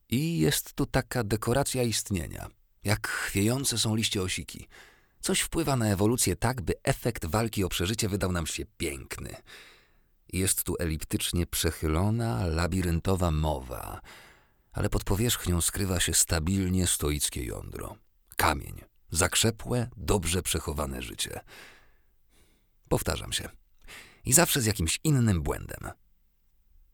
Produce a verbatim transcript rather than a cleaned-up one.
I jest tu taka dekoracja istnienia, jak chwiejące są liście osiki. Coś wpływa na ewolucję tak, by efekt walki o przeżycie wydał nam się piękny. Jest tu eliptycznie przechylona, labiryntowa mowa, ale pod powierzchnią skrywa się stabilnie stoickie jądro. Kamień, zakrzepłe, dobrze przechowane życie. Powtarzam się. I zawsze z jakimś innym błędem.